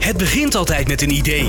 Het begint altijd met een idee.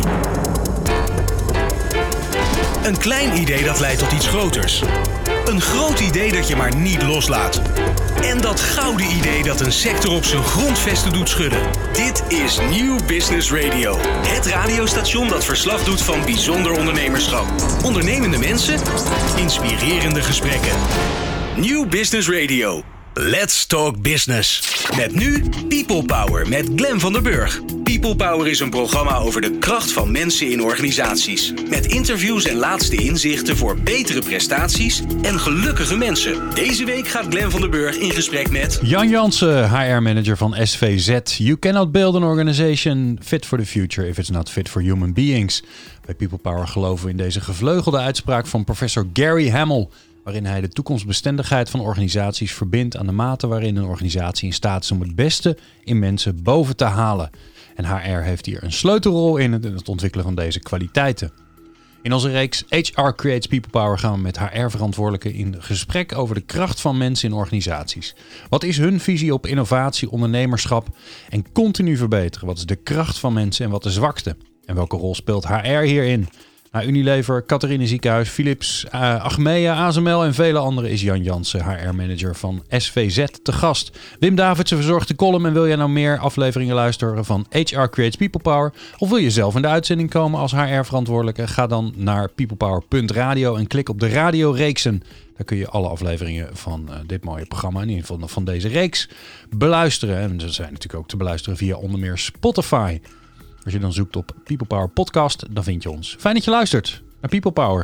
Een klein idee dat leidt tot iets groters. Een groot idee dat je maar niet loslaat. En dat gouden idee dat een sector op zijn grondvesten doet schudden. Dit is Nieuw Business Radio. Het radiostation dat verslag doet van bijzonder ondernemerschap. Ondernemende mensen, inspirerende gesprekken. Nieuw Business Radio. Let's talk business. Met nu People Power met Glenn van der Burg. People Power is een programma over de kracht van mensen in organisaties. Met interviews en laatste inzichten voor betere prestaties en gelukkige mensen. Deze week gaat Glenn van der Burg in gesprek met Jan Jansen, HR-manager van SVZ. You cannot build an organization fit for the future if it's not fit for human beings. Bij People Power geloven we in deze gevleugelde uitspraak van professor Gary Hamel, waarin hij de toekomstbestendigheid van organisaties verbindt aan de mate waarin een organisatie in staat is om het beste in mensen boven te halen. En HR heeft hier een sleutelrol in het ontwikkelen van deze kwaliteiten. In onze reeks HR Creates People Power gaan we met HR-verantwoordelijken in gesprek over de kracht van mensen in organisaties. Wat is hun visie op innovatie, ondernemerschap en continu verbeteren? Wat is de kracht van mensen en wat de zwakte? En welke rol speelt HR hierin? Unilever, Catharine Ziekenhuis, Philips, Achmea, ASML en vele anderen is Jan Jansen, HR-manager van SVZ, te gast. Wim Davidsen verzorgt de column en wil jij nou meer afleveringen luisteren van HR Creates People Power? Of wil je zelf in de uitzending komen als HR-verantwoordelijke? Ga dan naar peoplepower.radio en klik op de radioreeksen. Daar kun je alle afleveringen van dit mooie programma, in ieder geval van deze reeks, beluisteren. En ze zijn natuurlijk ook te beluisteren via onder meer Spotify. Als je dan zoekt op People Power Podcast, dan vind je ons. Fijn dat je luistert naar People Power.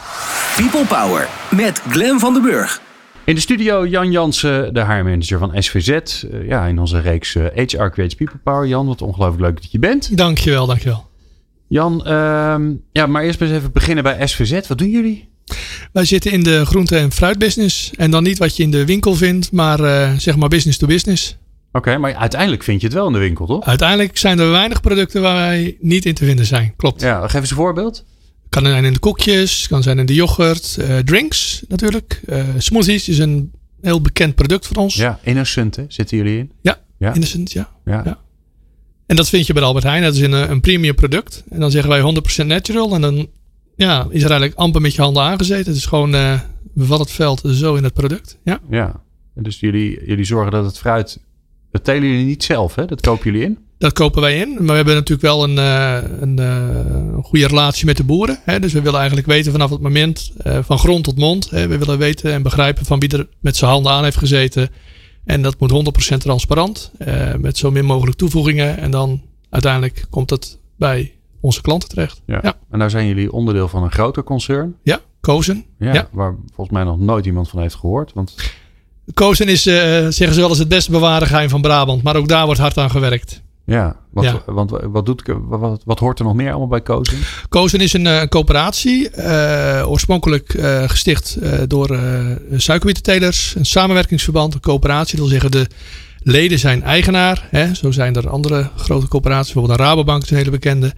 People Power met Glenn van der Burg. In de studio Jan Jansen, de HR-manager van SVZ. In onze reeks HR Creates People Power. Jan, wat ongelooflijk leuk dat je bent. Dankjewel. Jan, maar eerst eens even beginnen bij SVZ. Wat doen jullie? Wij zitten in de groente- en fruitbusiness. En dan niet wat je in de winkel vindt, maar zeg maar business to business. Oké, maar uiteindelijk vind je het wel in de winkel, toch? Uiteindelijk zijn er weinig producten waar wij niet in te vinden zijn. Klopt. Ja, geef eens een voorbeeld. Kan zijn in de koekjes, kan zijn in de yoghurt. Drinks natuurlijk. Smoothies is een heel bekend product voor ons. Ja, Innocent, hè? Zitten jullie in? Ja. Innocent, ja. En dat vind je bij Albert Heijn. Dat is een premium product. En dan zeggen wij 100% natural. En dan is er eigenlijk amper met je handen aangezeten. Het is gewoon wat het veld zo in het product. Ja. En dus jullie zorgen dat het fruit... Dat telen jullie niet zelf, hè? Dat kopen jullie in? Dat kopen wij in. Maar we hebben natuurlijk wel een goede relatie met de boeren. Hè? Dus we willen eigenlijk weten vanaf het moment van grond tot mond. Hè? We willen weten en begrijpen van wie er met zijn handen aan heeft gezeten. En dat moet 100% transparant. Met zo min mogelijk toevoegingen. En dan uiteindelijk komt het bij onze klanten terecht. Ja. En daar zijn jullie onderdeel van een groter concern. Ja, Kozen. Ja. Waar volgens mij nog nooit iemand van heeft gehoord. Want... Kozen is, zeggen ze wel eens, het beste bewaarde geheim van Brabant. Maar ook daar wordt hard aan gewerkt. Ja, want wat hoort er nog meer allemaal bij Kozen? Kozen is een coöperatie. Oorspronkelijk gesticht door suikerbietentelers. Een samenwerkingsverband, een coöperatie. Dat wil zeggen, de leden zijn eigenaar. Hè? Zo zijn er andere grote coöperaties. Bijvoorbeeld een Rabobank is een hele bekende.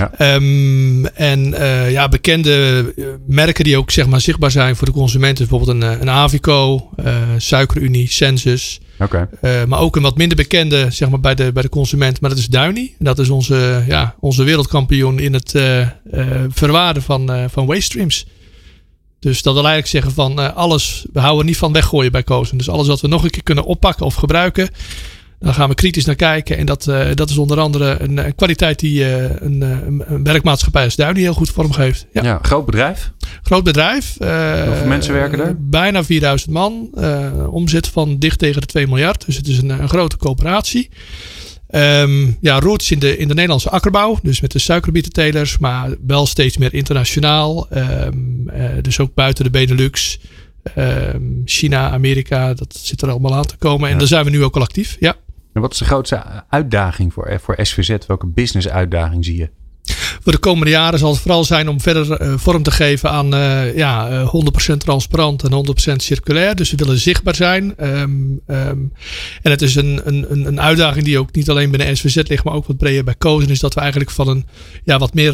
Ja. Bekende merken die ook zeg maar zichtbaar zijn voor de consumenten. Bijvoorbeeld een Avico, Suikerunie, Sensus. Okay. Maar ook een wat minder bekende zeg maar, bij de consument. Maar dat is Downy. Dat is onze wereldkampioen in het verwaarden van waste streams. Dus dat wil eigenlijk zeggen van alles, we houden niet van weggooien bij Kozen. Dus alles wat we nog een keer kunnen oppakken of gebruiken, dan gaan we kritisch naar kijken. En dat is onder andere een kwaliteit die een werkmaatschappij als Downy heel goed vormgeeft. Ja, groot bedrijf. Groot bedrijf. Hoeveel mensen werken er? Bijna 4000 man. Omzet van dicht tegen de 2 miljard. Dus het is een grote coöperatie. Roots in de Nederlandse akkerbouw. Dus met de suikerbietentelers. Maar wel steeds meer internationaal. Dus ook buiten de Benelux. China, Amerika. Dat zit er allemaal aan te komen. En daar zijn we nu ook al actief. Ja. En wat is de grootste uitdaging voor SVZ? Welke business uitdaging zie je? Voor de komende jaren zal het vooral zijn om verder vorm te geven aan 100% transparant en 100% circulair. Dus we willen zichtbaar zijn. En het is een uitdaging die ook niet alleen binnen SVZ ligt, maar ook wat breder bij Kozen. Is dat we eigenlijk van een wat meer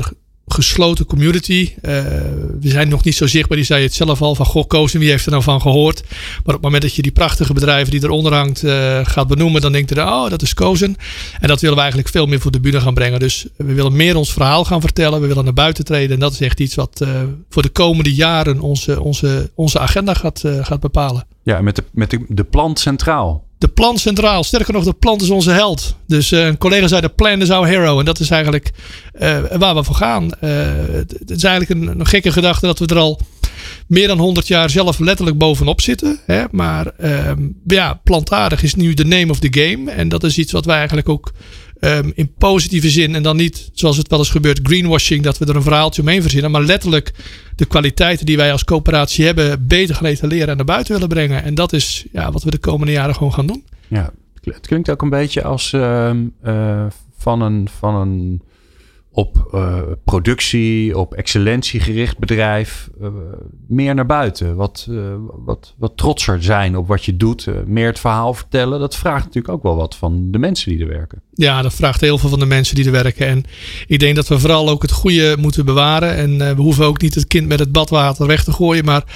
gesloten community. We zijn nog niet zo zichtbaar. Die zei het zelf al van goh, Cozen, wie heeft er nou van gehoord? Maar op het moment dat je die prachtige bedrijven die eronder hangt gaat benoemen, dan denkt er, dat is Cozen. En dat willen we eigenlijk veel meer voor de bühne gaan brengen. Dus we willen meer ons verhaal gaan vertellen. We willen naar buiten treden. En dat is echt iets wat voor de komende jaren onze agenda gaat bepalen. Ja, met de plant centraal. De plant centraal. Sterker nog, de plant is onze held. Dus een collega zei, de plant is our hero. En dat is eigenlijk waar we voor gaan. Het is eigenlijk een gekke gedachte dat we er al meer dan 100 jaar zelf letterlijk bovenop zitten. Hè? Maar plantaardig is nu de name of the game. En dat is iets wat wij eigenlijk ook in positieve zin en dan niet zoals het wel eens gebeurt greenwashing, dat we er een verhaaltje omheen verzinnen, maar letterlijk de kwaliteiten die wij als coöperatie hebben beter gaan etaleren en naar buiten willen brengen. En dat is wat we de komende jaren gewoon gaan doen. Ja, het klinkt ook een beetje als van een op productie, op excellentie gericht bedrijf meer naar buiten. Wat trotser zijn op wat je doet. Meer het verhaal vertellen. Dat vraagt natuurlijk ook wel wat van de mensen die er werken. Ja, dat vraagt heel veel van de mensen die er werken. En ik denk dat we vooral ook het goede moeten bewaren. En we hoeven ook niet het kind met het badwater weg te gooien. Maar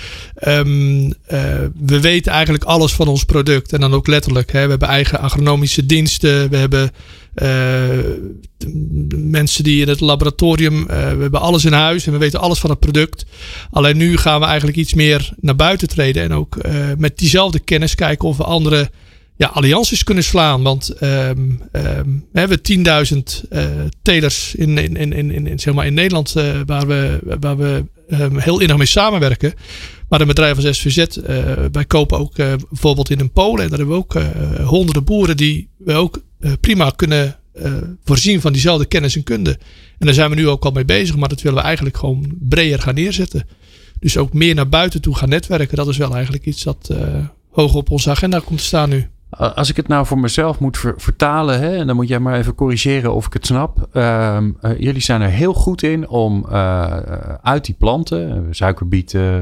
we weten eigenlijk alles van ons product. En dan ook letterlijk. Hè. We hebben eigen agronomische diensten. We hebben mensen die in het laboratorium, we hebben alles in huis en we weten alles van het product. Alleen nu gaan we eigenlijk iets meer naar buiten treden en ook met diezelfde kennis kijken of we andere allianties kunnen slaan. Want we hebben 10.000 telers in Nederland waar we heel innig mee samenwerken. Maar een bedrijf als SVZ, wij kopen ook bijvoorbeeld in Polen. En daar hebben we ook honderden boeren die we ook prima kunnen voorzien van diezelfde kennis en kunde. En daar zijn we nu ook al mee bezig. Maar dat willen we eigenlijk gewoon breder gaan neerzetten. Dus ook meer naar buiten toe gaan netwerken. Dat is wel eigenlijk iets dat hoog op onze agenda komt te staan nu. Als ik het nou voor mezelf moet vertalen, hè, en dan moet jij maar even corrigeren of ik het snap. Jullie zijn er heel goed in om uit die planten, suikerbieten,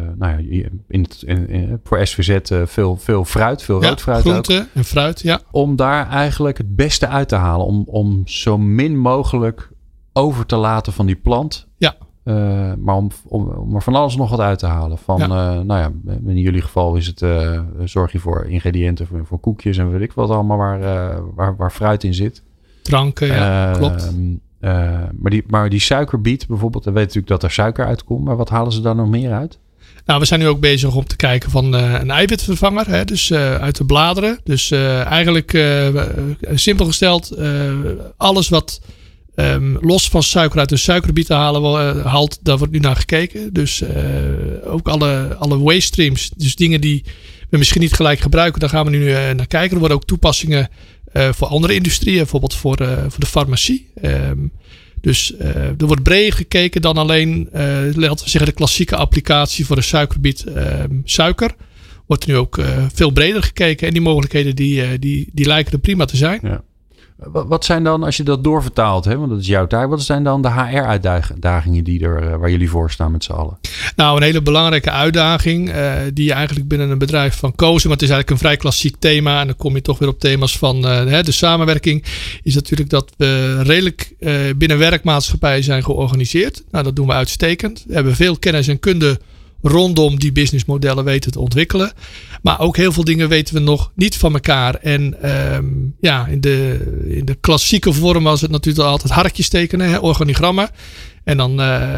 voor SVZ veel fruit, veel rood fruit. Groente en fruit, ja. Om daar eigenlijk het beste uit te halen. Om zo min mogelijk over te laten van die plant. Ja. Maar om er van alles nog wat uit te halen. In jullie geval is het zorg je voor ingrediënten voor koekjes en weet ik wat allemaal waar fruit in zit. Dranken, klopt. Maar die suikerbiet bijvoorbeeld, dan weet natuurlijk dat er suiker uitkomt. Maar wat halen ze daar nog meer uit? Nou, we zijn nu ook bezig om te kijken van een eiwitvervanger. Hè, dus uit de bladeren. Dus eigenlijk simpel gesteld, alles wat los van suiker uit de suikerbieten haalt, daar wordt nu naar gekeken. Dus ook alle waste streams, dus dingen die we misschien niet gelijk gebruiken, daar gaan we nu naar kijken. Er worden ook toepassingen voor andere industrieën, bijvoorbeeld voor de farmacie. Dus er wordt breder gekeken dan alleen, laten we zeggen, de klassieke applicatie voor de suikerbiet suiker. Wordt er nu ook veel breder gekeken en die mogelijkheden die lijken er prima te zijn. Ja. Wat zijn dan, als je dat doorvertaalt, hè, want dat is jouw taak, wat zijn dan de HR-uitdagingen waar jullie voor staan met z'n allen? Nou, een hele belangrijke uitdaging die je eigenlijk binnen een bedrijf van Cozen, maar het is eigenlijk een vrij klassiek thema en dan kom je toch weer op thema's van de samenwerking, is natuurlijk dat we redelijk binnen werkmaatschappij zijn georganiseerd. Nou, dat doen we uitstekend. We hebben veel kennis en kunde rondom die businessmodellen weten te ontwikkelen. Maar ook heel veel dingen weten we nog niet van elkaar. En in de klassieke vorm was het natuurlijk altijd hartjes tekenen, organigrammen. En dan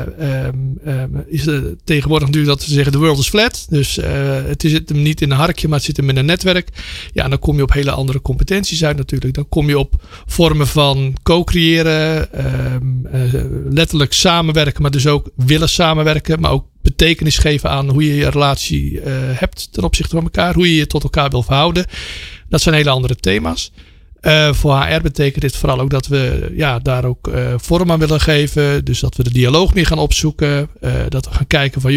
is het tegenwoordig natuurlijk dat we zeggen the world is flat. Dus het zit hem niet in een harkje, maar het zit hem in een netwerk. Ja, en dan kom je op hele andere competenties uit natuurlijk. Dan kom je op vormen van co-creëren, letterlijk samenwerken, maar dus ook willen samenwerken. Maar ook betekenis geven aan hoe je je relatie hebt ten opzichte van elkaar. Hoe je je tot elkaar wil verhouden. Dat zijn hele andere thema's. Voor HR betekent dit vooral ook dat we daar ook vorm aan willen geven. Dus dat we de dialoog meer gaan opzoeken. Dat we gaan kijken van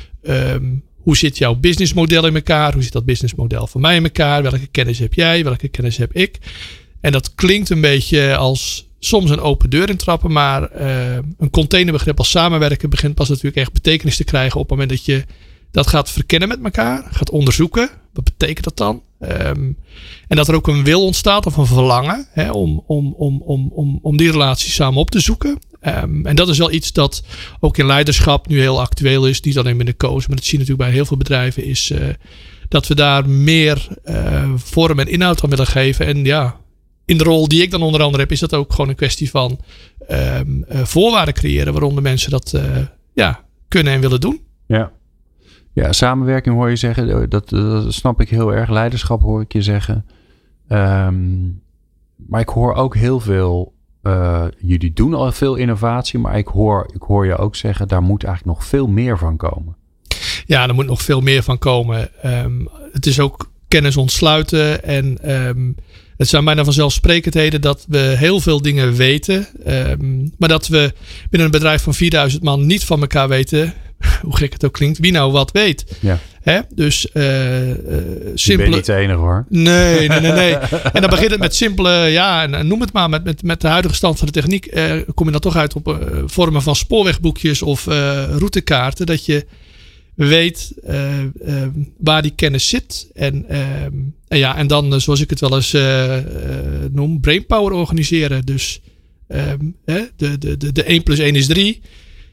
hoe zit jouw businessmodel in elkaar? Hoe zit dat businessmodel van mij in elkaar? Welke kennis heb jij? Welke kennis heb ik? En dat klinkt een beetje als soms een open deur intrappen. Maar een containerbegrip als samenwerken begint pas natuurlijk echt betekenis te krijgen op het moment dat je dat gaat verkennen met elkaar. Gaat onderzoeken. Wat betekent dat dan? En dat er ook een wil ontstaat of een verlangen om die relatie samen op te zoeken. En dat is wel iets dat ook in leiderschap nu heel actueel is. Niet alleen binnen Kozen, maar dat zie je natuurlijk bij heel veel bedrijven. Is dat we daar meer vorm en inhoud aan willen geven. En ja, in de rol die ik dan onder andere heb, is dat ook gewoon een kwestie van voorwaarden creëren. Waaronder mensen dat kunnen en willen doen. Ja, samenwerking hoor je zeggen. Dat snap ik heel erg. Leiderschap hoor ik je zeggen. Maar ik hoor ook heel veel. Jullie doen al veel innovatie, maar ik hoor je ook zeggen, daar moet eigenlijk nog veel meer van komen. Ja, er moet nog veel meer van komen. Het is ook kennis ontsluiten en het zijn bijna vanzelfsprekendheden dat we heel veel dingen weten, maar dat we binnen een bedrijf van 4000 man niet van elkaar weten, hoe gek het ook klinkt, wie nou wat weet. Ja. Hè? Dus simpele... Ik ben niet de enige hoor. Nee. En dan begint het met simpele, en noem het maar, met de huidige stand van de techniek, kom je dan toch uit op vormen van spoorwegboekjes of routekaarten, dat je weet waar die kennis zit. En dan, zoals ik het wel eens noem, brainpower organiseren. Dus de 1 + 1 is 3.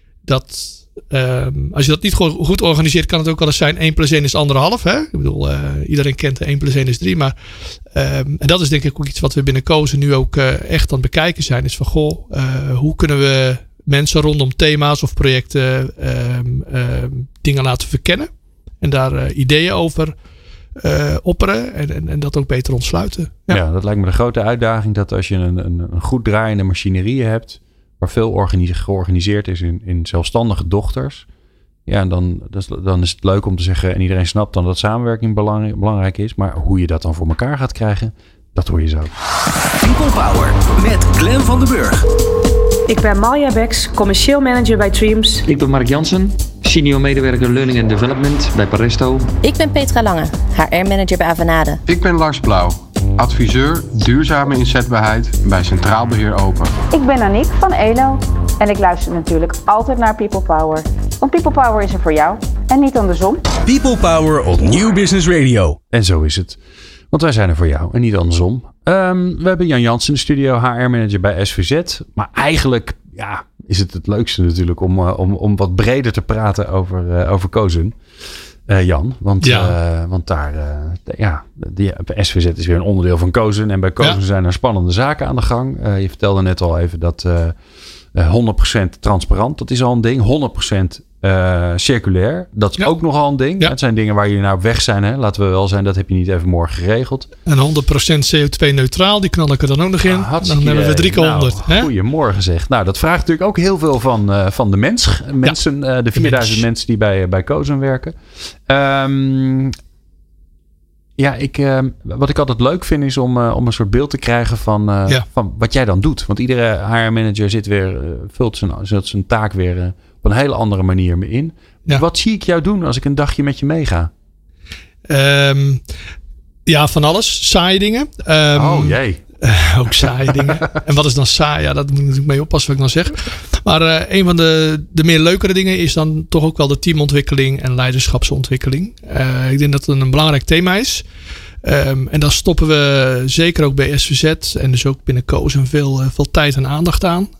Als je dat niet goed organiseert, kan het ook wel eens zijn 1 + 1 is 1,5. Hè? Ik bedoel, iedereen kent de 1 + 1 is 3. Maar, en dat is denk ik ook iets wat we binnen Kozen nu ook echt aan het bekijken zijn. Is van, hoe kunnen we mensen rondom thema's of projecten dingen laten verkennen. En daar ideeën over opperen en dat ook beter ontsluiten. Ja, dat lijkt me de grote uitdaging. Dat als je een goed draaiende machinerie hebt, waar veel georganiseerd is in zelfstandige dochters. Ja, dan is het leuk om te zeggen, en iedereen snapt dan dat samenwerking belangrijk is. Maar hoe je dat dan voor elkaar gaat krijgen, dat hoor je zo. People Power met Glenn van den Burg. Ik ben Malja Beks, commercieel manager bij Dreams. Ik ben Mark Jansen, senior medewerker Learning and Development bij Paresto. Ik ben Petra Lange, HR-manager bij Avanade. Ik ben Lars Blauw, adviseur duurzame inzetbaarheid bij Centraal Beheer Open. Ik ben Aniek van ELO en ik luister natuurlijk altijd naar People Power. Want People Power is er voor jou en niet andersom. People Power op Nieuw Business Radio. En zo is het. Want wij zijn er voor jou en niet andersom. We hebben Jan Jansen in de studio, HR-manager bij SVZ. Maar eigenlijk is het leukste natuurlijk om wat breder te praten over Kozen. Jan, want daar, SVZ is weer een onderdeel van Kozen. En bij Kozen zijn er spannende zaken aan de gang. Je vertelde net al even dat 100% transparant, dat is al een ding. 100% circulair, dat is ook nogal een ding. Ja. Het zijn dingen waar jullie naar op weg zijn. Hè? Laten we wel zijn, dat heb je niet even morgen geregeld. En 100% CO2-neutraal, die knal ik er dan ook nog in. Dan hebben we 3 keer 100. Goedemorgen zeg. Nou, dat vraagt natuurlijk ook heel veel van de mensen. De 4000 mensen die bij Kozen werken. Wat ik altijd leuk vind is om een soort beeld te krijgen van wat jij dan doet. Want iedere HR-manager vult zijn taak weer op een hele andere manier mee in. Ja. Wat zie ik jou doen als ik een dagje met je meega? Van alles. Saaie dingen. Jee. Ook saaie dingen. En wat is dan saai? Ja, dat moet ik natuurlijk mee oppassen wat ik dan zeg. Maar een van de meer leukere dingen is dan toch ook wel de teamontwikkeling en leiderschapsontwikkeling. Ik denk dat het een belangrijk thema is. En daar stoppen we zeker ook bij SVZ en dus ook binnen Kozen veel tijd en aandacht aan.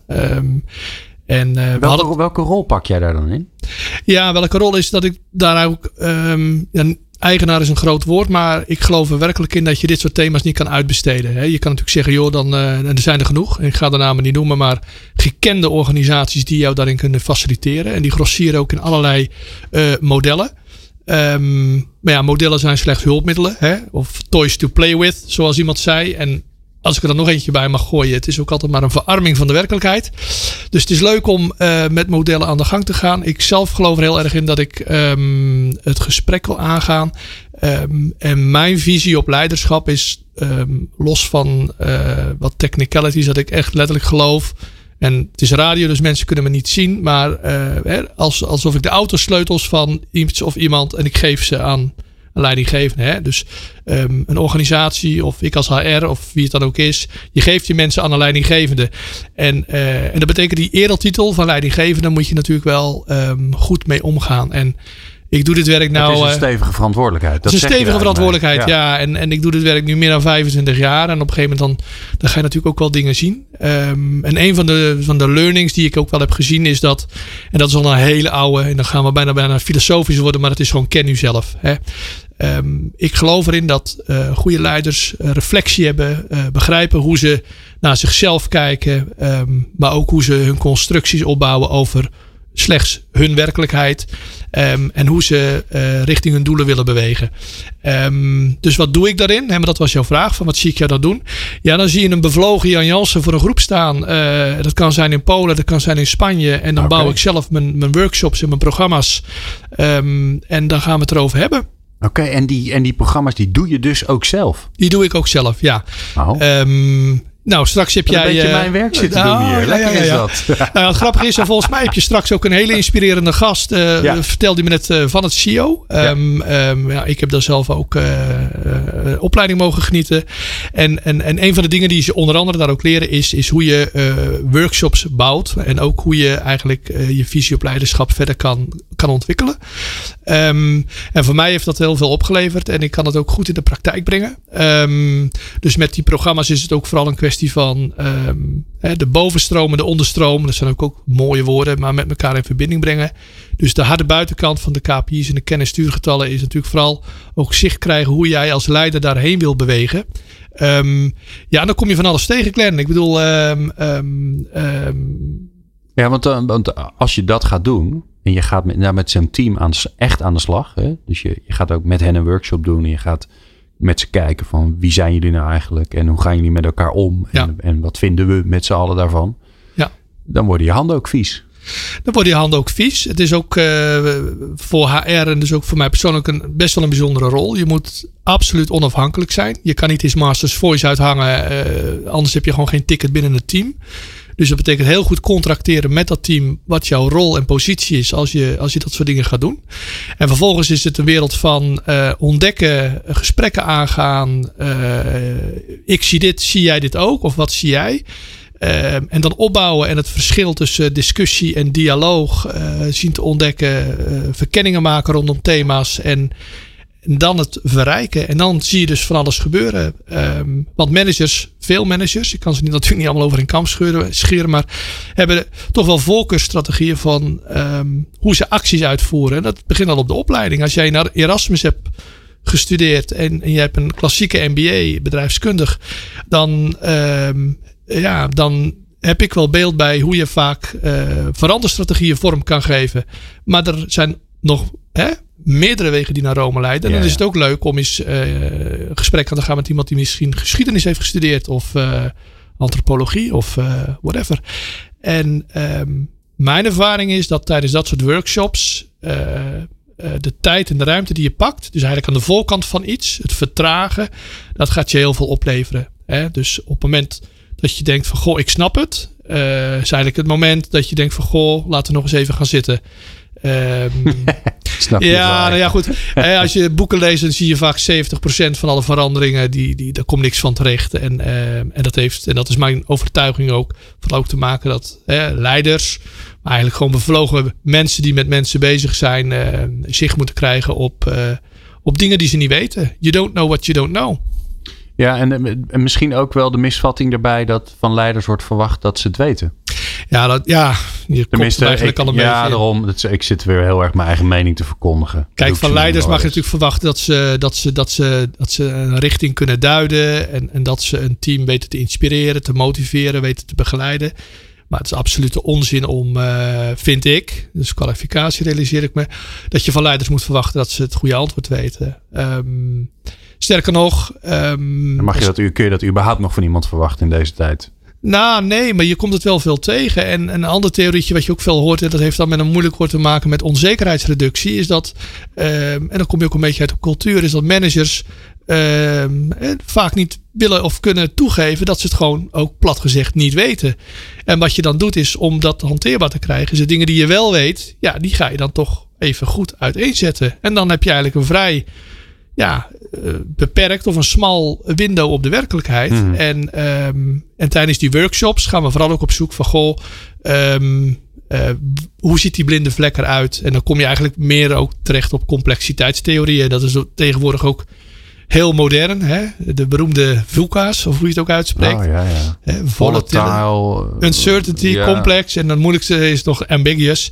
Welke rol pak jij daar dan in? Ja, welke rol is dat ik daar ook... eigenaar is een groot woord, maar ik geloof er werkelijk in dat je dit soort thema's niet kan uitbesteden. Je kan natuurlijk zeggen, er zijn er genoeg. Ik ga de namen niet noemen, maar gekende organisaties die jou daarin kunnen faciliteren. En die grossieren ook in allerlei modellen. Maar modellen zijn slechts hulpmiddelen. Of toys to play with, zoals iemand zei. En als ik er dan nog eentje bij mag gooien, het is ook altijd maar een verarming van de werkelijkheid. Dus het is leuk om met modellen aan de gang te gaan. Ik zelf geloof er heel erg in dat ik het gesprek wil aangaan. En mijn visie op leiderschap is los van wat technicalities, dat ik echt letterlijk geloof. En het is radio, dus mensen kunnen me niet zien. Maar alsof ik de autosleutels van iets of iemand en ik geef ze aan een leidinggevende. Dus een organisatie of ik als HR of wie het dan ook is. Je geeft je mensen aan een leidinggevende. En dat betekent die edeltitel van leidinggevende. Daar moet je natuurlijk wel goed mee omgaan. En Ik doe dit werk nou... Het is een stevige verantwoordelijkheid. Het is een stevige verantwoordelijkheid, ja. En ik doe dit werk nu meer dan 25 jaar. En op een gegeven moment dan ga je natuurlijk ook wel dingen zien. En een van de learnings die ik ook wel heb gezien is dat... En dat is al een hele oude... En dan gaan we bijna filosofisch worden. Maar het is gewoon ken u zelf. Hè. Ik geloof erin dat goede leiders reflectie hebben. Begrijpen hoe ze naar zichzelf kijken. Maar ook hoe ze hun constructies opbouwen over slechts hun werkelijkheid. En hoe ze richting hun doelen willen bewegen. Dus wat doe ik daarin? Maar dat was jouw vraag. Van wat zie ik jou dat doen? Ja, dan zie je een bevlogen Jan Jansen voor een groep staan. Dat kan zijn in Polen, dat kan zijn in Spanje. En dan bouw ik zelf mijn workshops en mijn programma's. En dan gaan we het erover hebben. Oké, en die programma's die doe je dus ook zelf? Die doe ik ook zelf, ja. Nou, straks heb jij... Een beetje mijn werk zitten doen hier. Lekker is dat. Nou, het grappige is, volgens mij heb je straks ook een hele inspirerende gast. Vertelde je me net van het CEO. Ik heb daar zelf ook opleiding mogen genieten. En een van de dingen die ze onder andere daar ook leren is hoe je workshops bouwt. En ook hoe je eigenlijk je visie op leiderschap verder kan ontwikkelen. En voor mij heeft dat heel veel opgeleverd. En ik kan het ook goed in de praktijk brengen. Dus met die programma's is het ook vooral een kwestie van de bovenstroom en de onderstroom. Dat zijn ook mooie woorden, maar met elkaar in verbinding brengen. Dus de harde buitenkant van de KPI's en de kennis- en stuurgetallen is natuurlijk vooral ook zicht krijgen hoe jij als leider daarheen wil bewegen. En dan kom je van alles tegen, Glenn. Ik bedoel... Ja, want als je dat gaat doen en je gaat met zo'n team echt aan de slag. Hè? Dus je gaat ook met hen een workshop doen en je gaat met ze kijken van wie zijn jullie nou eigenlijk en hoe gaan jullie met elkaar om en wat vinden we met z'n allen daarvan. Ja. Dan worden je handen ook vies. Dan worden je handen ook vies. Het is ook voor HR en dus ook voor mij persoonlijk best wel een bijzondere rol. Je moet absoluut onafhankelijk zijn. Je kan niet eens Masters Voice uithangen. Anders heb je gewoon geen ticket binnen het team. Dus dat betekent heel goed contracteren met dat team wat jouw rol en positie is als je dat soort dingen gaat doen. En vervolgens is het een wereld van ontdekken, gesprekken aangaan. Ik zie dit, zie jij dit ook? Of wat zie jij? En dan opbouwen en het verschil tussen discussie en dialoog zien te ontdekken. Verkenningen maken rondom thema's en dan het verrijken. En dan zie je dus van alles gebeuren. Want veel managers, ik kan ze natuurlijk niet allemaal over een kam scheren, maar hebben toch wel voorkeursstrategieën van hoe ze acties uitvoeren. En dat begint al op de opleiding. Als jij naar Erasmus hebt gestudeerd en je hebt een klassieke MBA, bedrijfskundig, dan heb ik wel beeld bij hoe je vaak veranderstrategieën vorm kan geven. Maar er zijn nog meerdere wegen die naar Rome leiden. En dan is het ook leuk om eens gesprek aan te gaan met iemand die misschien geschiedenis heeft gestudeerd of antropologie of whatever. En mijn ervaring is dat tijdens dat soort workshops de tijd en de ruimte die je pakt, dus eigenlijk aan de voorkant van iets, het vertragen, dat gaat je heel veel opleveren. Dus op het moment dat je denkt van goh, ik snap het, is eigenlijk het moment dat je denkt van goh, laten we nog eens even gaan zitten. Snap je nou ja, goed. Als je boeken leest, dan zie je vaak 70% van alle veranderingen, daar komt niks van terecht. En dat is mijn overtuiging ook, vooral ook te maken dat leiders, maar eigenlijk gewoon bevlogen mensen die met mensen bezig zijn, zicht moeten krijgen op dingen die ze niet weten. You don't know what you don't know. Ja, en misschien ook wel de misvatting erbij dat van leiders wordt verwacht dat ze het weten. Je komt eigenlijk al een beetje. Ja, daarom. Ik zit weer heel erg mijn eigen mening te verkondigen. Kijk, van leiders mag je natuurlijk verwachten dat ze een richting kunnen duiden. En dat ze een team weten te inspireren, te motiveren, weten te begeleiden. Maar het is absolute onzin om, vind ik, dus kwalificatie realiseer ik me, dat je van leiders moet verwachten dat ze het goede antwoord weten. Sterker nog... kun je dat überhaupt nog van iemand verwachten in deze tijd? Nou, nee, maar je komt het wel veel tegen. En een ander theorietje wat je ook veel hoort, en dat heeft dan met een moeilijk woord te maken met onzekerheidsreductie, is dat, en dan kom je ook een beetje uit de cultuur, is dat managers vaak niet willen of kunnen toegeven dat ze het gewoon ook plat gezegd niet weten. En wat je dan doet is, om dat hanteerbaar te krijgen, is de dingen die je wel weet, die ga je dan toch even goed uiteenzetten. En dan heb je eigenlijk een vrij beperkt of een smal window op de werkelijkheid. En tijdens die workshops gaan we vooral ook op zoek van Hoe ziet die blinde vlek eruit? En dan kom je eigenlijk meer ook terecht op complexiteitstheorieën. Dat is tegenwoordig ook heel modern. Hè? De beroemde VUCA's, of hoe je het ook uitspreekt. Oh, ja. Volatile, uncertainty, complex. En dan moeilijkste is nog ambiguous.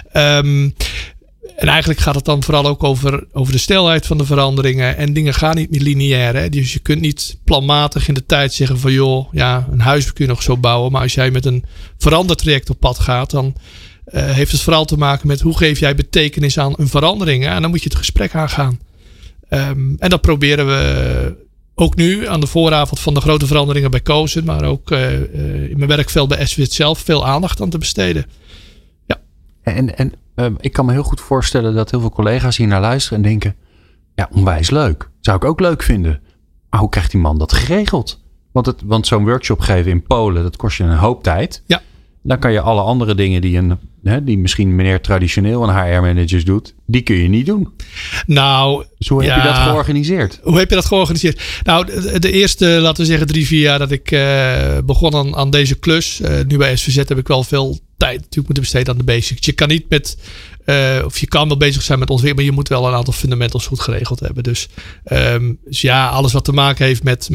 En eigenlijk gaat het dan vooral ook over de snelheid van de veranderingen. En dingen gaan niet meer lineair. Hè? Dus je kunt niet planmatig in de tijd zeggen van joh, ja, een huis kun je nog zo bouwen. Maar als jij met een verandertraject op pad gaat, dan heeft het vooral te maken met hoe geef jij betekenis aan een verandering. Hè? En dan moet je het gesprek aangaan. En dat proberen we ook nu aan de vooravond van de grote veranderingen bij Kozen. Maar ook in mijn werkveld bij SVZ zelf veel aandacht aan te besteden. Ja. En ik kan me heel goed voorstellen dat heel veel collega's hier naar luisteren en denken, ja, onwijs leuk. Zou ik ook leuk vinden. Maar hoe krijgt die man dat geregeld? Want zo'n workshop geven in Polen, dat kost je een hoop tijd. Ja. Dan kan je alle andere dingen die misschien meneer traditioneel een HR-managers doet, die kun je niet doen. Nou, dus hoe heb je dat georganiseerd? Hoe heb je dat georganiseerd? Nou, de eerste, laten we zeggen 3-4 jaar dat ik begon aan deze klus. Nu bij SVZ heb ik wel veel tijd natuurlijk moeten besteden aan de basics. Je kan niet of je kan wel bezig zijn met ontwikkeling, maar je moet wel een aantal fundamentals goed geregeld hebben. Dus ja, alles wat te maken heeft met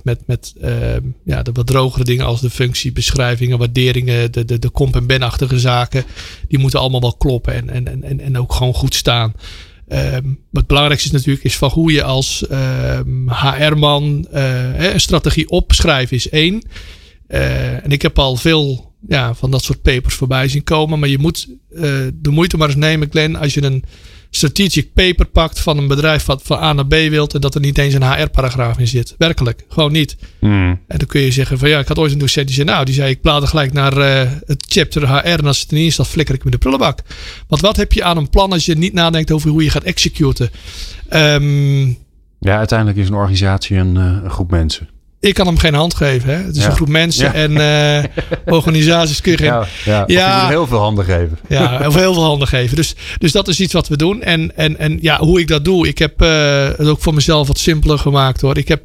de wat drogere dingen als de functiebeschrijvingen, waarderingen, de comp- en ben-achtige zaken, die moeten allemaal wel kloppen en ook gewoon goed staan. Het belangrijkste is natuurlijk van hoe je als HR-man een strategie opschrijven is 1. En ik heb al veel van dat soort papers voorbij zien komen. Maar je moet de moeite maar eens nemen, Glenn, als je een strategic paper pakt van een bedrijf wat van A naar B wilt en dat er niet eens een HR-paragraaf in zit. Werkelijk, gewoon niet. En dan kun je zeggen van ja, ik had ooit een docent die zei ik blader gelijk naar het chapter HR en als het er niet is, dan flikker ik met de prullenbak. Want wat heb je aan een plan als je niet nadenkt over hoe je gaat executen? Ja, uiteindelijk is een organisatie een groep mensen. Ik kan hem geen hand geven. Hè? Het is een groep mensen en organisaties kun je geen... Je moet heel veel handen geven. Ja, of heel veel handen geven. Dus dat is iets wat we doen. En ja, hoe ik dat doe. Ik heb het ook voor mezelf wat simpeler gemaakt hoor. Ik heb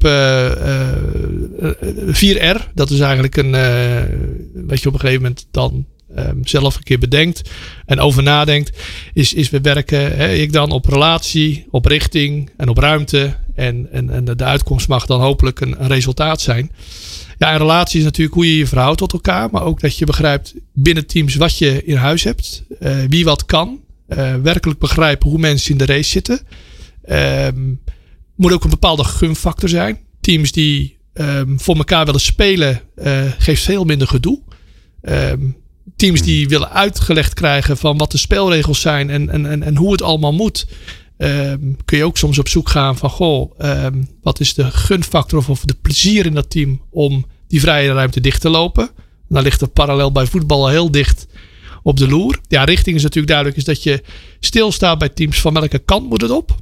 4R. Dat is eigenlijk wat je op een gegeven moment dan zelf een keer bedenkt en over nadenkt. Is we werken, ik dan op relatie, op richting en op ruimte. En de uitkomst mag dan hopelijk een resultaat zijn. Ja, een relatie is natuurlijk hoe je je verhoudt tot elkaar. Maar ook dat je begrijpt binnen teams wat je in huis hebt. Wie wat kan. Werkelijk begrijpen hoe mensen in de race zitten. Moet ook een bepaalde gunfactor zijn. Teams die voor elkaar willen spelen geeft veel minder gedoe. Teams die willen uitgelegd krijgen van wat de spelregels zijn en hoe het allemaal moet. Kun je ook soms op zoek gaan van wat is de gunfactor of de plezier in dat team om die vrije ruimte dicht te lopen. En dan ligt het parallel bij voetbal heel dicht op de loer. Ja, richting is natuurlijk duidelijk is dat je stilstaat bij teams van welke kant moet het op.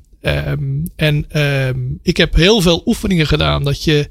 Ik heb heel veel oefeningen gedaan dat je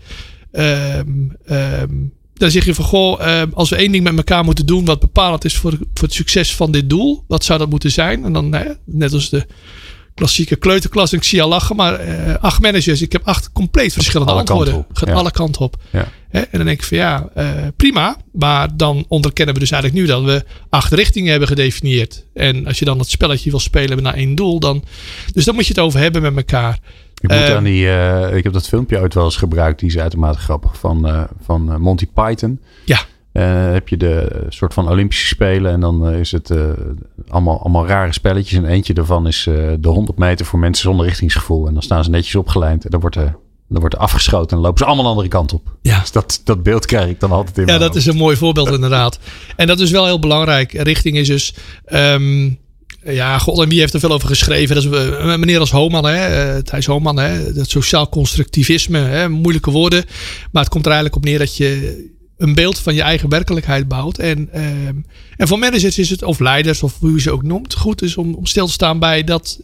dan zeg je van als we één ding met elkaar moeten doen wat bepalend is voor het succes van dit doel, wat zou dat moeten zijn? En dan net als de klassieke kleuterklas, ik zie al lachen, maar 8 managers, ik heb 8 compleet verschillende antwoorden. Gaat alle kanten op. Ja. En dan denk ik van prima, maar dan onderkennen we dus eigenlijk nu dat we 8 richtingen hebben gedefinieerd. En als je dan het spelletje wil spelen naar 1 doel, dus dan moet je het over hebben met elkaar. Ik heb dat filmpje ooit wel eens gebruikt, die is uitermate grappig, van Monty Python. Ja. Heb je de soort van Olympische Spelen en dan is het allemaal rare spelletjes. En eentje daarvan is de 100 meter voor mensen zonder richtingsgevoel. En dan staan ze netjes opgelijnd en dan wordt er afgeschoten en dan lopen ze allemaal de andere kant op. Ja. Dus dat beeld krijg ik dan altijd in. Ja, dat is een mooi voorbeeld inderdaad. En dat is wel heel belangrijk. Richting is dus... en wie heeft er veel over geschreven? Dat is meneer als Homan, Thijs Homan, dat sociaal constructivisme, moeilijke woorden. Maar het komt er eigenlijk op neer dat je een beeld van je eigen werkelijkheid bouwt. En voor managers is het, of leiders, of hoe je ze ook noemt, goed is om stil te staan bij dat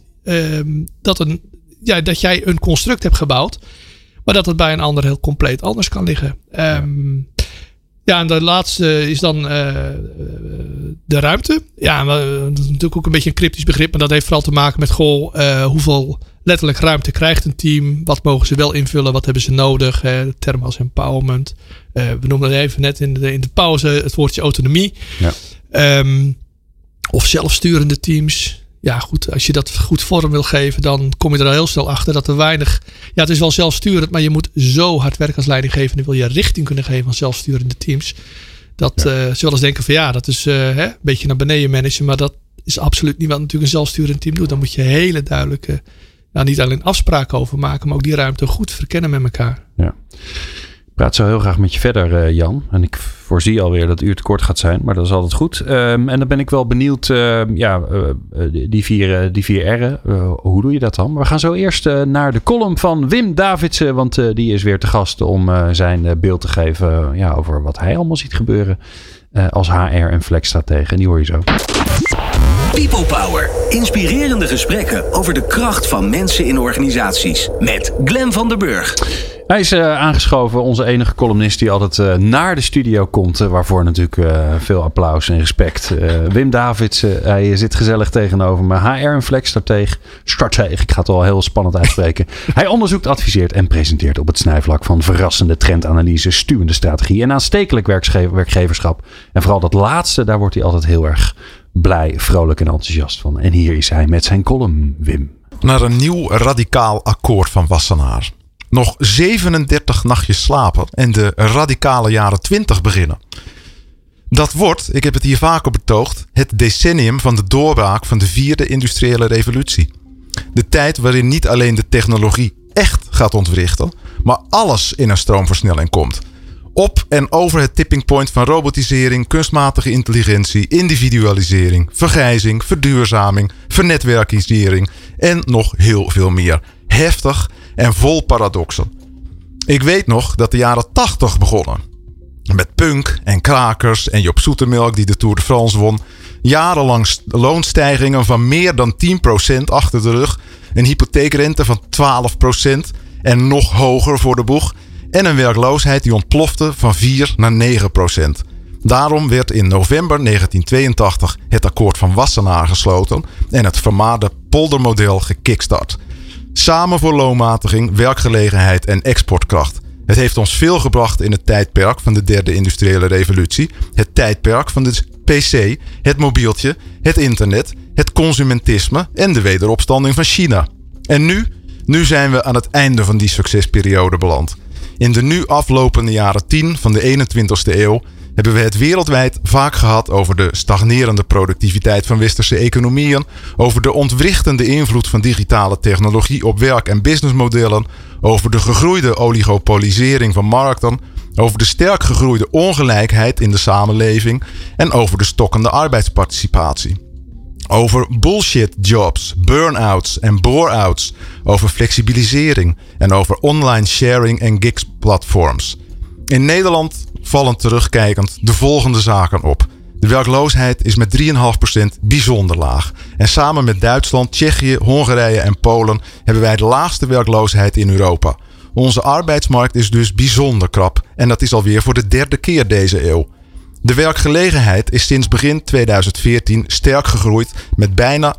jij een construct hebt gebouwd, maar dat het bij een ander heel compleet anders kan liggen. En de laatste is dan de ruimte. Ja, dat is natuurlijk ook een beetje een cryptisch begrip, maar dat heeft vooral te maken met hoeveel letterlijk ruimte krijgt een team? Wat mogen ze wel invullen? Wat hebben ze nodig? Termen als empowerment. We noemden even net in de pauze het woordje autonomie. Ja. Of zelfsturende teams. Ja goed, als je dat goed vorm wil geven, dan kom je er al heel snel achter dat er weinig... Ja, het is wel zelfsturend, maar je moet zo hard werken als leidinggevende. Wil je richting kunnen geven aan zelfsturende teams. Dat ze wel eens denken van dat is een beetje naar beneden managen. Maar dat is absoluut niet wat natuurlijk een zelfsturend team doet. Dan moet je hele duidelijke, niet alleen afspraken over maken, maar ook die ruimte goed verkennen met elkaar. Ja. Ik praat zo heel graag met je verder, Jan. En ik voorzie alweer dat het uur te kort gaat zijn, maar dat is altijd goed. En dan ben ik wel benieuwd, die vier R'en, hoe doe je dat dan? Maar we gaan zo eerst naar de column van Wim Davidsen, want die is weer te gast om zijn beeld te geven over wat hij allemaal ziet gebeuren als HR en flexstratege. En die hoor je zo. People Power. Inspirerende gesprekken over de kracht van mensen in organisaties. Met Glenn van der Burg. Hij is aangeschoven, onze enige columnist die altijd naar de studio komt. Waarvoor natuurlijk veel applaus en respect. Wim Davidsen, hij zit gezellig tegenover me. HR en flexstratege. Ik ga het al heel spannend uitspreken. Hij onderzoekt, adviseert en presenteert op het snijvlak van verrassende trendanalyse, stuwende strategie en aanstekelijk werkgeverschap. En vooral dat laatste, daar wordt hij altijd heel erg blij, vrolijk en enthousiast van. En hier is hij met zijn column, Wim. Naar een nieuw radicaal akkoord van Wassenaar. Nog 37 nachtjes slapen en de radicale jaren 20 beginnen. Dat wordt, ik heb het hier vaker betoogd, het decennium van de doorbraak van de 4e industriële revolutie. De tijd waarin niet alleen de technologie echt gaat ontwrichten, maar alles in een stroomversnelling komt. Op en over het tipping point van robotisering, kunstmatige intelligentie, individualisering, vergrijzing, verduurzaming, vernetwerkisering en nog heel veel meer. Heftig en vol paradoxen. Ik weet nog dat de jaren 80 begonnen. Met punk en krakers en Job Zoetemelk die de Tour de France won. Jarenlang loonstijgingen van meer dan 10% achter de rug. Een hypotheekrente van 12% en nog hoger voor de boeg. En een werkloosheid die ontplofte van 4 naar 9%. Daarom werd in november 1982 het akkoord van Wassenaar gesloten en het vermaarde poldermodel gekickstart. Samen voor loonmatiging, werkgelegenheid en exportkracht. Het heeft ons veel gebracht in het tijdperk van de 3e industriële revolutie. Het tijdperk van de PC, het mobieltje, het internet, het consumentisme en de wederopstanding van China. En nu zijn we aan het einde van die succesperiode beland. In de nu aflopende jaren 10 van de 21ste eeuw hebben we het wereldwijd vaak gehad over de stagnerende productiviteit van westerse economieën, over de ontwrichtende invloed van digitale technologie op werk- en businessmodellen, over de gegroeide oligopolisering van markten, over de sterk gegroeide ongelijkheid in de samenleving en over de stokkende arbeidsparticipatie. Over bullshit jobs, burn-outs en bore-outs, over flexibilisering en over online sharing en gigs platforms. In Nederland vallen terugkijkend de volgende zaken op. De werkloosheid is met 3,5% bijzonder laag. En samen met Duitsland, Tsjechië, Hongarije en Polen hebben wij de laagste werkloosheid in Europa. Onze arbeidsmarkt is dus bijzonder krap en dat is alweer voor de 3e keer deze eeuw. De werkgelegenheid is sinds begin 2014 sterk gegroeid met bijna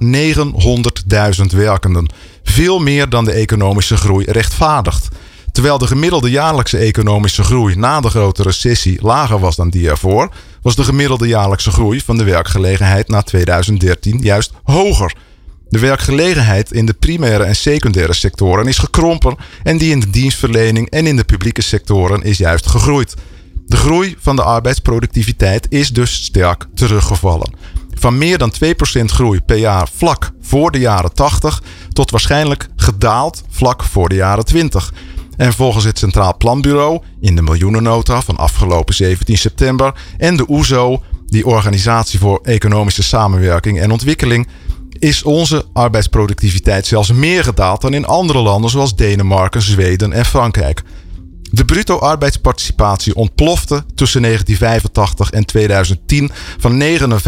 900.000 werkenden. Veel meer dan de economische groei rechtvaardigt. Terwijl de gemiddelde jaarlijkse economische groei na de grote recessie lager was dan die ervoor, was de gemiddelde jaarlijkse groei van de werkgelegenheid na 2013 juist hoger. De werkgelegenheid in de primaire en secundaire sectoren is gekrompen en die in de dienstverlening en in de publieke sectoren is juist gegroeid. De groei van de arbeidsproductiviteit is dus sterk teruggevallen. Van meer dan 2% groei per jaar vlak voor de jaren 80 tot waarschijnlijk gedaald vlak voor de jaren 20. En volgens het Centraal Planbureau in de miljoenennota van afgelopen 17 september en de OESO, die Organisatie voor Economische Samenwerking en Ontwikkeling, is onze arbeidsproductiviteit zelfs meer gedaald dan in andere landen zoals Denemarken, Zweden en Frankrijk. De bruto arbeidsparticipatie ontplofte tussen 1985 en 2010 van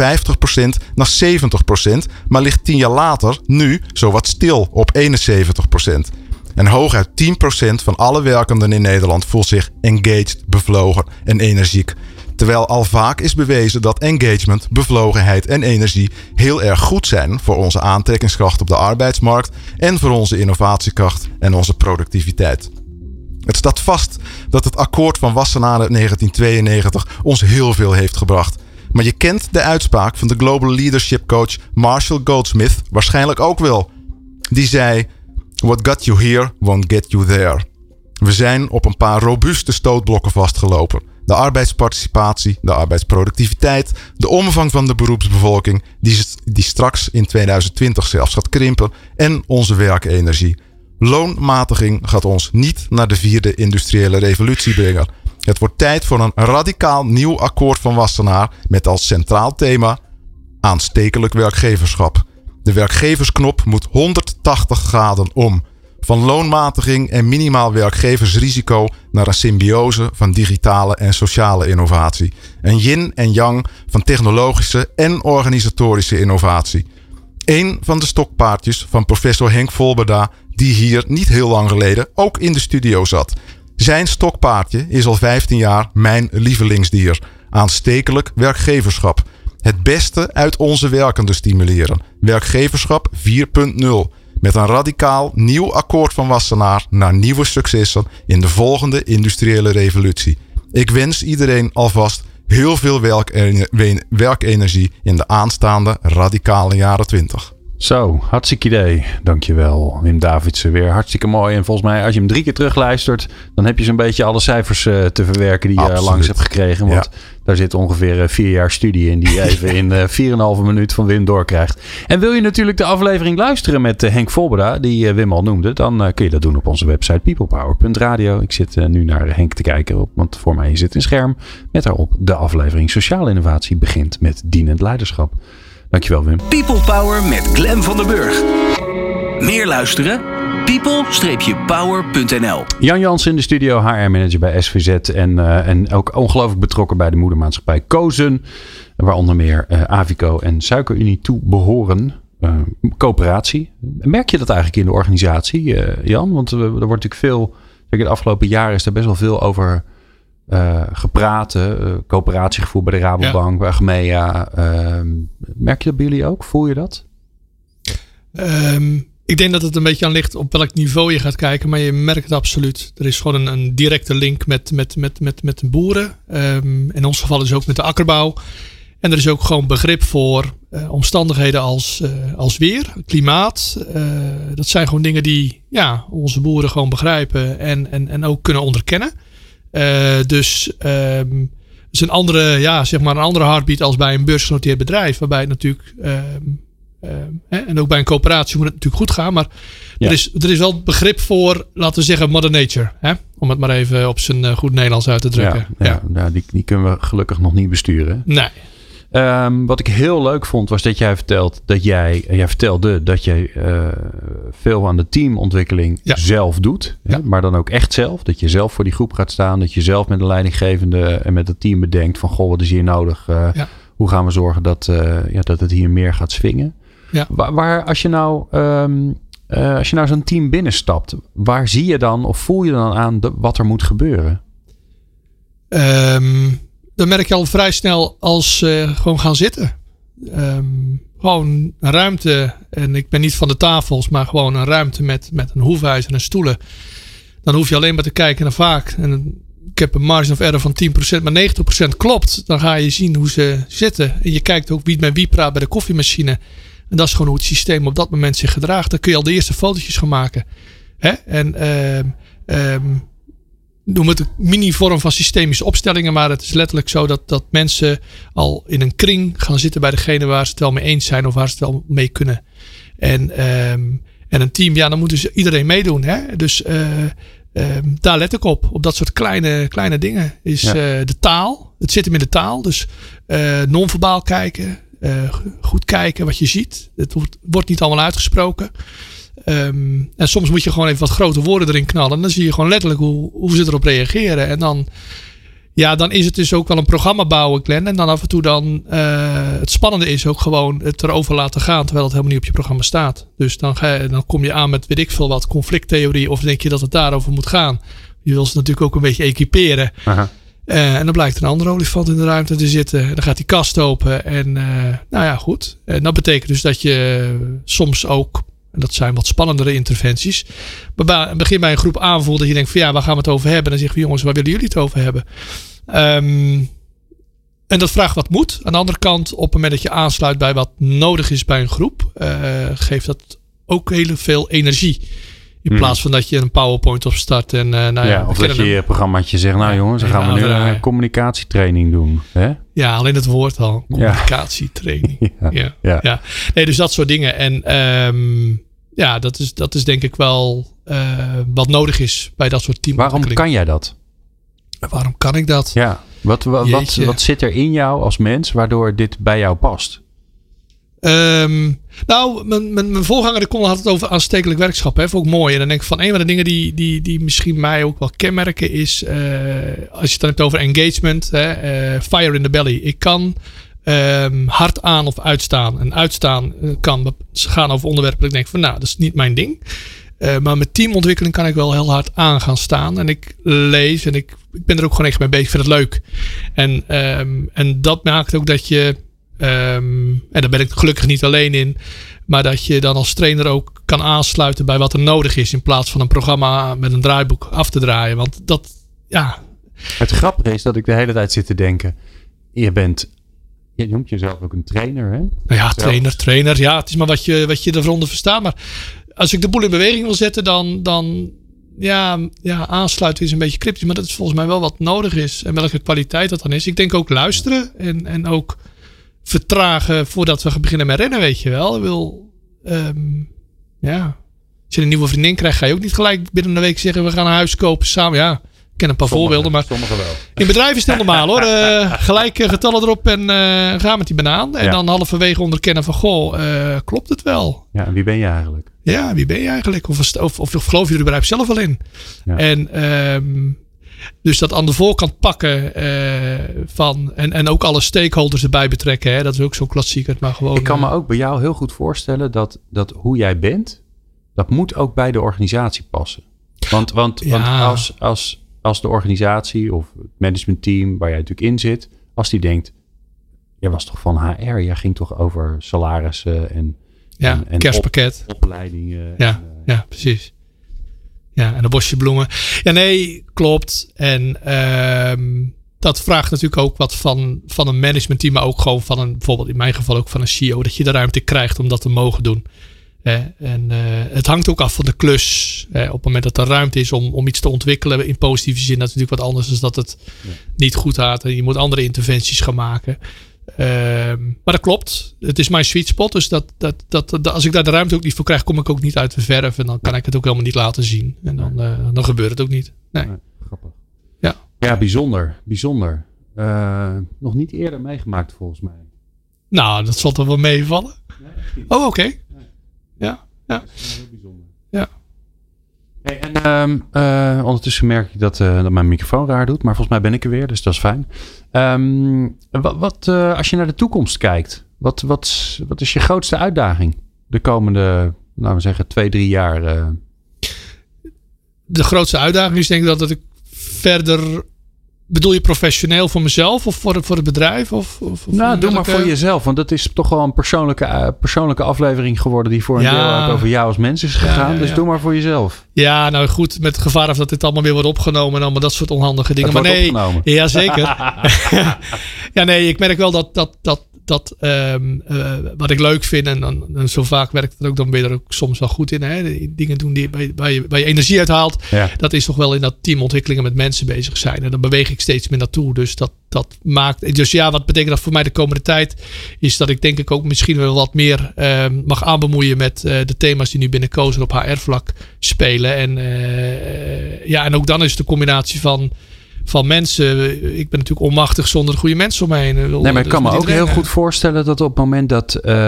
59% naar 70%, maar ligt 10 jaar later nu zowat stil op 71%. En hooguit 10% van alle werkenden in Nederland voelt zich engaged, bevlogen en energiek. Terwijl al vaak is bewezen dat engagement, bevlogenheid en energie heel erg goed zijn voor onze aantrekkingskracht op de arbeidsmarkt en voor onze innovatiekracht en onze productiviteit. Het staat vast dat het akkoord van Wassenaar uit 1992 ons heel veel heeft gebracht. Maar je kent de uitspraak van de Global Leadership Coach Marshall Goldsmith waarschijnlijk ook wel. Die zei: "What got you here won't get you there." We zijn op een paar robuuste stootblokken vastgelopen. De arbeidsparticipatie, de arbeidsproductiviteit, de omvang van de beroepsbevolking, die straks in 2020 zelfs gaat krimpen, en onze werkenergie. Loonmatiging gaat ons niet naar de 4e industriële revolutie brengen. Het wordt tijd voor een radicaal nieuw akkoord van Wassenaar met als centraal thema aanstekelijk werkgeverschap. De werkgeversknop moet 180 graden om. Van loonmatiging en minimaal werkgeversrisico naar een symbiose van digitale en sociale innovatie. Een yin en yang van technologische en organisatorische innovatie. Een van de stokpaardjes van professor Henk Volberda, die hier niet heel lang geleden ook in de studio zat. Zijn stokpaardje is al 15 jaar mijn lievelingsdier. Aanstekelijk werkgeverschap. Het beste uit onze werkenden stimuleren. Werkgeverschap 4.0. Met een radicaal nieuw akkoord van Wassenaar naar nieuwe successen in de volgende industriële revolutie. Ik wens iedereen alvast heel veel werkenergie in de aanstaande radicale jaren 20. Zo, hartstikke idee. Dankjewel, Wim Davidsen. Weer hartstikke mooi. En volgens mij, als je hem 3 keer terugluistert, dan heb je zo'n beetje alle cijfers te verwerken die je langs hebt gekregen. Want daar zit ongeveer 4 jaar studie in die je even in 4,5 minuut van Wim doorkrijgt. En wil je natuurlijk de aflevering luisteren met Henk Volberda, die Wim al noemde, dan kun je dat doen op onze website peoplepower.radio. Ik zit nu naar Henk te kijken, want voor mij zit een scherm met daarop de aflevering Sociale Innovatie begint met dienend leiderschap. Dankjewel, Wim. People Power met Glenn van der Burg. Meer luisteren? people-power.nl. Jan Jansen in de studio, HR-manager bij SVZ en ook ongelooflijk betrokken bij de moedermaatschappij Kozen, waar onder meer Avico en Suikerunie toe behoren. Coöperatie. Merk je dat eigenlijk in de organisatie, Jan? Want er wordt natuurlijk veel, de afgelopen jaren is er best wel veel over gepraat. Coöperatiegevoel bij de Rabobank, bij Achmea. Merk je dat bij jullie ook? Voel je dat? Ik denk dat het een beetje aan ligt op welk niveau je gaat kijken, maar je merkt het absoluut. Er is gewoon een directe link met de boeren. In ons geval dus ook met de akkerbouw. En er is ook gewoon begrip voor omstandigheden als weer, klimaat. Dat zijn gewoon dingen die onze boeren gewoon begrijpen en ook kunnen onderkennen. Dus het is een andere heartbeat als bij een beursgenoteerd bedrijf, waarbij het natuurlijk en ook bij een coöperatie moet het natuurlijk goed gaan, maar er is wel begrip voor, laten we zeggen, Mother Nature, hè? Om het maar even op zijn goed Nederlands uit te drukken. Die kunnen we gelukkig nog niet besturen. Nee. Wat ik heel leuk vond was dat jij vertelde dat jij veel aan de teamontwikkeling zelf doet. Hè? Maar dan ook echt zelf. Dat je zelf voor die groep gaat staan. Dat je zelf met de leidinggevende en met het team bedenkt van goh, wat is hier nodig? Hoe gaan we zorgen dat het hier meer gaat swingen? Ja. Waar als je nou zo'n team binnenstapt, waar zie je dan of voel je dan aan wat er moet gebeuren? Dan merk je al vrij snel als gewoon gaan zitten. Gewoon een ruimte. En ik ben niet van de tafels, maar gewoon een ruimte met een hoefijzer en stoelen. Dan hoef je alleen maar te kijken naar vaak. En ik heb een margin of error van 10%, maar 90% klopt. Dan ga je zien hoe ze zitten. En je kijkt ook wie met wie praat bij de koffiemachine. En dat is gewoon hoe het systeem op dat moment zich gedraagt. Dan kun je al de eerste fotootjes gaan maken. Hè? En noem het een mini-vorm van systemische opstellingen. Maar het is letterlijk zo dat mensen al in een kring gaan zitten bij degene waar ze het wel mee eens zijn. Of waar ze het wel mee kunnen. En een team, dan moet dus iedereen meedoen. Hè? Dus daar let ik op. Op dat soort kleine dingen. Is de taal. Het zit hem in de taal. Dus non-verbaal kijken. Goed kijken wat je ziet. Het wordt niet allemaal uitgesproken. En soms moet je gewoon even wat grote woorden erin knallen. En dan zie je gewoon letterlijk hoe ze erop reageren. En dan is het dus ook wel een programma bouwen, Glenn. En dan af en toe het spannende is ook gewoon het erover laten gaan, terwijl het helemaal niet op je programma staat. Dus dan kom je aan met weet ik veel wat conflicttheorie. Of denk je dat het daarover moet gaan. Je wil ze natuurlijk ook een beetje equiperen. Aha. En dan blijkt een andere olifant in de ruimte te zitten. Dan gaat die kast open. En goed. En dat betekent dus dat je soms ook, en dat zijn wat spannendere interventies, begin bij een groep aanvoelt dat je denkt van waar gaan we het over hebben? Dan zeggen we jongens, waar willen jullie het over hebben? En dat vraagt wat moed. Aan de andere kant, op het moment dat je aansluit bij wat nodig is bij een groep, geeft dat ook heel veel energie. In plaats van dat je een PowerPoint opstart. En, of dat je je programmaatje zegt, nou jongens, dan gaan we nu een communicatietraining doen. Hè? Ja, alleen het woord al. Communicatietraining. Ja. Nee, dus dat soort dingen. En dat is denk ik wel wat nodig is bij dat soort teams. Waarom kan jij dat? Waarom kan ik dat? Ja. Wat zit er in jou als mens waardoor dit bij jou past? Mijn voorganger had het over aanstekelijk werkschap. Hè, vond ik mooi. En dan denk ik van een van de dingen die misschien mij ook wel kenmerken is, als je het dan hebt over engagement, fire in the belly. Ik kan hard aan of uitstaan. En uitstaan kan gaan over onderwerpen dat ik denk van dat is niet mijn ding. Maar met teamontwikkeling kan ik wel heel hard aan gaan staan. En ik lees en ik ben er ook gewoon echt mee bezig. Ik vind het leuk. En dat maakt ook dat je, en daar ben ik gelukkig niet alleen in, maar dat je dan als trainer ook kan aansluiten bij wat er nodig is. In plaats van een programma met een draaiboek af te draaien. Want dat, Het grappige is dat ik de hele tijd zit te denken. Je noemt jezelf ook een trainer, hè? Ja, trainer. Ja, het is maar wat je eronder verstaat. Maar als ik de boel in beweging wil zetten, dan aansluiten is een beetje cryptisch. Maar dat is volgens mij wel wat nodig is. En welke kwaliteit dat dan is. Ik denk ook luisteren. En ook vertragen voordat we beginnen met rennen, weet je wel. Als je een nieuwe vriendin krijgt, ga je ook niet gelijk binnen een week zeggen, we gaan een huis kopen samen. Ja, ik ken een paar voorbeelden. Maar sommige wel. In bedrijven is het normaal hoor. Gelijk getallen erop en gaan met die banaan. En dan halverwege onderkennen van, klopt het wel? Ja, en wie ben je eigenlijk? Ja, wie ben je eigenlijk? Of geloof je er überhaupt zelf wel in? Ja. En dus dat aan de voorkant pakken en ook alle stakeholders erbij betrekken. Hè? Dat is ook zo'n klassieker. Maar gewoon, ik kan me ook bij jou heel goed voorstellen dat hoe jij bent, dat moet ook bij de organisatie passen. Want als de organisatie of het managementteam waar jij natuurlijk in zit, als die denkt, jij was toch van HR, jij ging toch over salarissen en kerstpakket. Opleidingen. Ja, precies. Ja, en een bosje bloemen. Ja, nee, klopt. En dat vraagt natuurlijk ook wat van een managementteam, maar ook gewoon van bijvoorbeeld in mijn geval ook van een CEO, dat je de ruimte krijgt om dat te mogen doen. En het hangt ook af van de klus. Op het moment dat er ruimte is om iets te ontwikkelen in positieve zin, dat is natuurlijk wat anders dan dat het niet goed gaat. En je moet andere interventies gaan maken. Maar dat klopt. Het is mijn sweet spot. Dus dat als ik daar de ruimte ook niet voor krijg, kom ik ook niet uit de verf. En dan kan ik het ook helemaal niet laten zien. En dan gebeurt het ook niet. Nee. Grappig. Ja, bijzonder. Nog niet eerder meegemaakt volgens mij. Nou, dat zal toch wel meevallen. Nee, oké. Nee. Ja. Dat is heel bijzonder. Ja. Hey, en ondertussen merk ik dat mijn microfoon raar doet. Maar volgens mij ben ik er weer, dus dat is fijn. Als je naar de toekomst kijkt, wat is je grootste uitdaging de komende, laten we zeggen, 2-3 jaar? De grootste uitdaging is denk ik dat ik verder. Bedoel je professioneel voor mezelf of voor het bedrijf? Doe maar voor jezelf. Want dat is toch wel een persoonlijke aflevering geworden die voor een deel ook over jou als mens is gegaan. Dus doe maar voor jezelf. Ja, nou goed. Met het gevaar of dat dit allemaal weer wordt opgenomen en allemaal dat soort onhandige dingen. Het wordt opgenomen. Ja, zeker. Ik merk wel dat wat ik leuk vind en zo vaak werkt het ook dan weer er ook soms wel goed in. Hè? Dingen doen waar je energie uit haalt. Ja. Dat is toch wel in dat teamontwikkelingen met mensen bezig zijn. En dan beweeg ik steeds meer naartoe. Dus dat maakt. Dus wat betekent dat voor mij de komende tijd? Is dat ik denk ik ook misschien wel wat meer mag aanbemoeien met de thema's die nu binnen Kozer op HR-vlak spelen. En ook dan is het de combinatie van mensen. Ik ben natuurlijk onmachtig zonder goede mensen om me heen. Nee, maar ik kan me ook heel goed voorstellen dat op het moment dat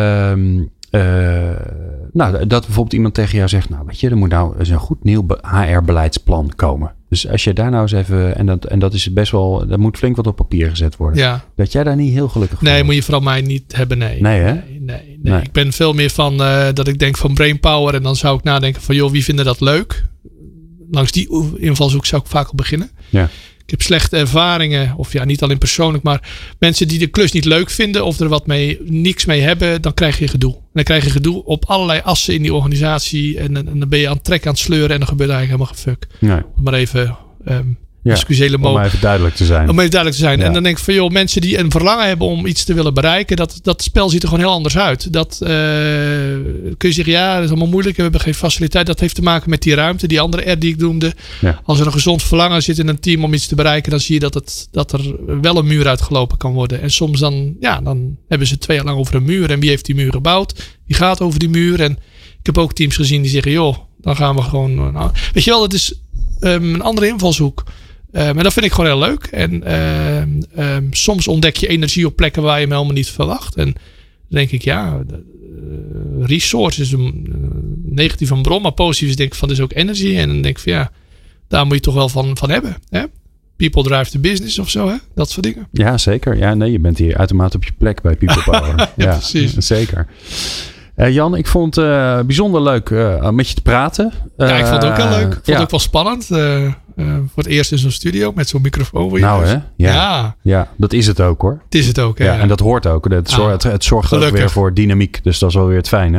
dat bijvoorbeeld iemand tegen jou zegt, nou weet je, er moet nou eens een goed nieuw HR-beleidsplan komen. Dus als je daar nou eens even, en dat is best wel, dat moet flink wat op papier gezet worden. Ja. Dat jij daar niet heel gelukkig van moet je vooral mij niet hebben, nee. Nee, hè? Nee. Ik ben veel meer van dat ik denk van brainpower en dan zou ik nadenken van, joh, wie vinden dat leuk? Langs die invalshoek zou ik vaak al beginnen. Ja. Ik heb slechte ervaringen, of niet alleen persoonlijk, maar mensen die de klus niet leuk vinden of er niks mee hebben, dan krijg je gedoe. En dan krijg je gedoe op allerlei assen in die organisatie en dan ben je aan het trekken, aan het sleuren en dan gebeurt eigenlijk helemaal geen fuck. Nee. Maar even Excuseer me. Om even duidelijk te zijn. Ja. En dan denk ik van joh, mensen die een verlangen hebben om iets te willen bereiken. Dat spel ziet er gewoon heel anders uit. Dat kun je zeggen, ja, dat is allemaal moeilijk. We hebben geen faciliteit. Dat heeft te maken met die ruimte. Die andere R die ik noemde. Ja. Als er een gezond verlangen zit in een team om iets te bereiken. Dan zie je dat er wel een muur uitgelopen kan worden. En soms dan hebben ze 2 jaar lang over een muur. En wie heeft die muur gebouwd? Wie gaat over die muur? En ik heb ook teams gezien die zeggen, joh, dan gaan we gewoon... weet je wel, dat is een andere invalshoek. Maar dat vind ik gewoon heel leuk. En soms ontdek je energie op plekken waar je hem helemaal niet verwacht. En dan denk ik, resource is een negatief een bron, maar positief is denk ik van, dit is ook energie. En dan denk ik van daar moet je toch wel van hebben. Hè? People drive the business of zo, hè? Dat soort dingen. Ja, zeker. Ja, nee, je bent hier uitermate op je plek bij People Power. ja, precies. Zeker. Jan, ik vond het bijzonder leuk met je te praten. Ja, ik vond het ook heel leuk. Ik vond het ook wel spannend. Voor het eerst in zo'n studio met zo'n microfoon. Nou hè? Ja, dat is het ook hoor. Het is het ook, ja. En dat hoort ook. Het zorgt ook weer voor dynamiek. Dus dat is wel weer het fijne.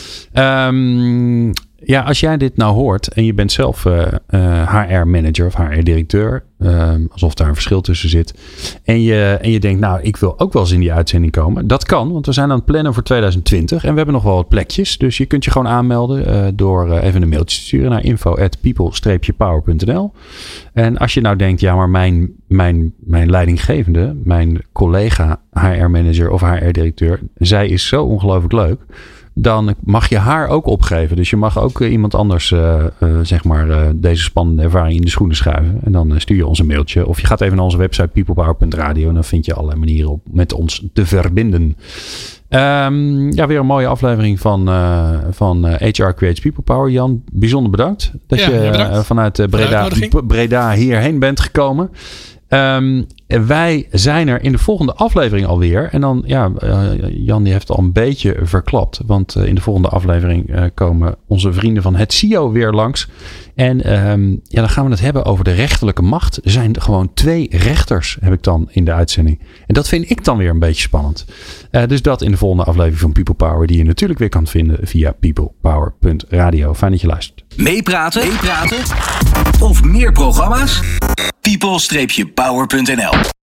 Als jij dit nou hoort en je bent zelf HR-manager of HR-directeur, alsof daar een verschil tussen zit, en je denkt, nou, ik wil ook wel eens in die uitzending komen. Dat kan, want we zijn aan het plannen voor 2020 en we hebben nog wel wat plekjes. Dus je kunt je gewoon aanmelden door even een mailtje te sturen naar info@people-power.nl. En als je nou denkt, ja, maar mijn leidinggevende, mijn collega HR-manager of HR-directeur, zij is zo ongelooflijk leuk, dan mag je haar ook opgeven. Dus je mag ook iemand anders deze spannende ervaring in de schoenen schuiven. En dan stuur je ons een mailtje. Of je gaat even naar onze website peoplepower.radio. En dan vind je allerlei manieren om met ons te verbinden. Weer een mooie aflevering van HR Creates People Power. Jan, bijzonder bedankt dat je vanuit Breda hierheen bent gekomen. Wij zijn er in de volgende aflevering alweer. En dan, Jan die heeft al een beetje verklapt. Want in de volgende aflevering komen onze vrienden van het CIO weer langs. En dan gaan we het hebben over de rechterlijke macht. Er zijn gewoon 2 rechters, heb ik dan in de uitzending. En dat vind ik dan weer een beetje spannend. Dus dat in de volgende aflevering van People Power, die je natuurlijk weer kan vinden via peoplepower.radio. Fijn dat je luistert. Meepraten? Of meer programma's? people-power.nl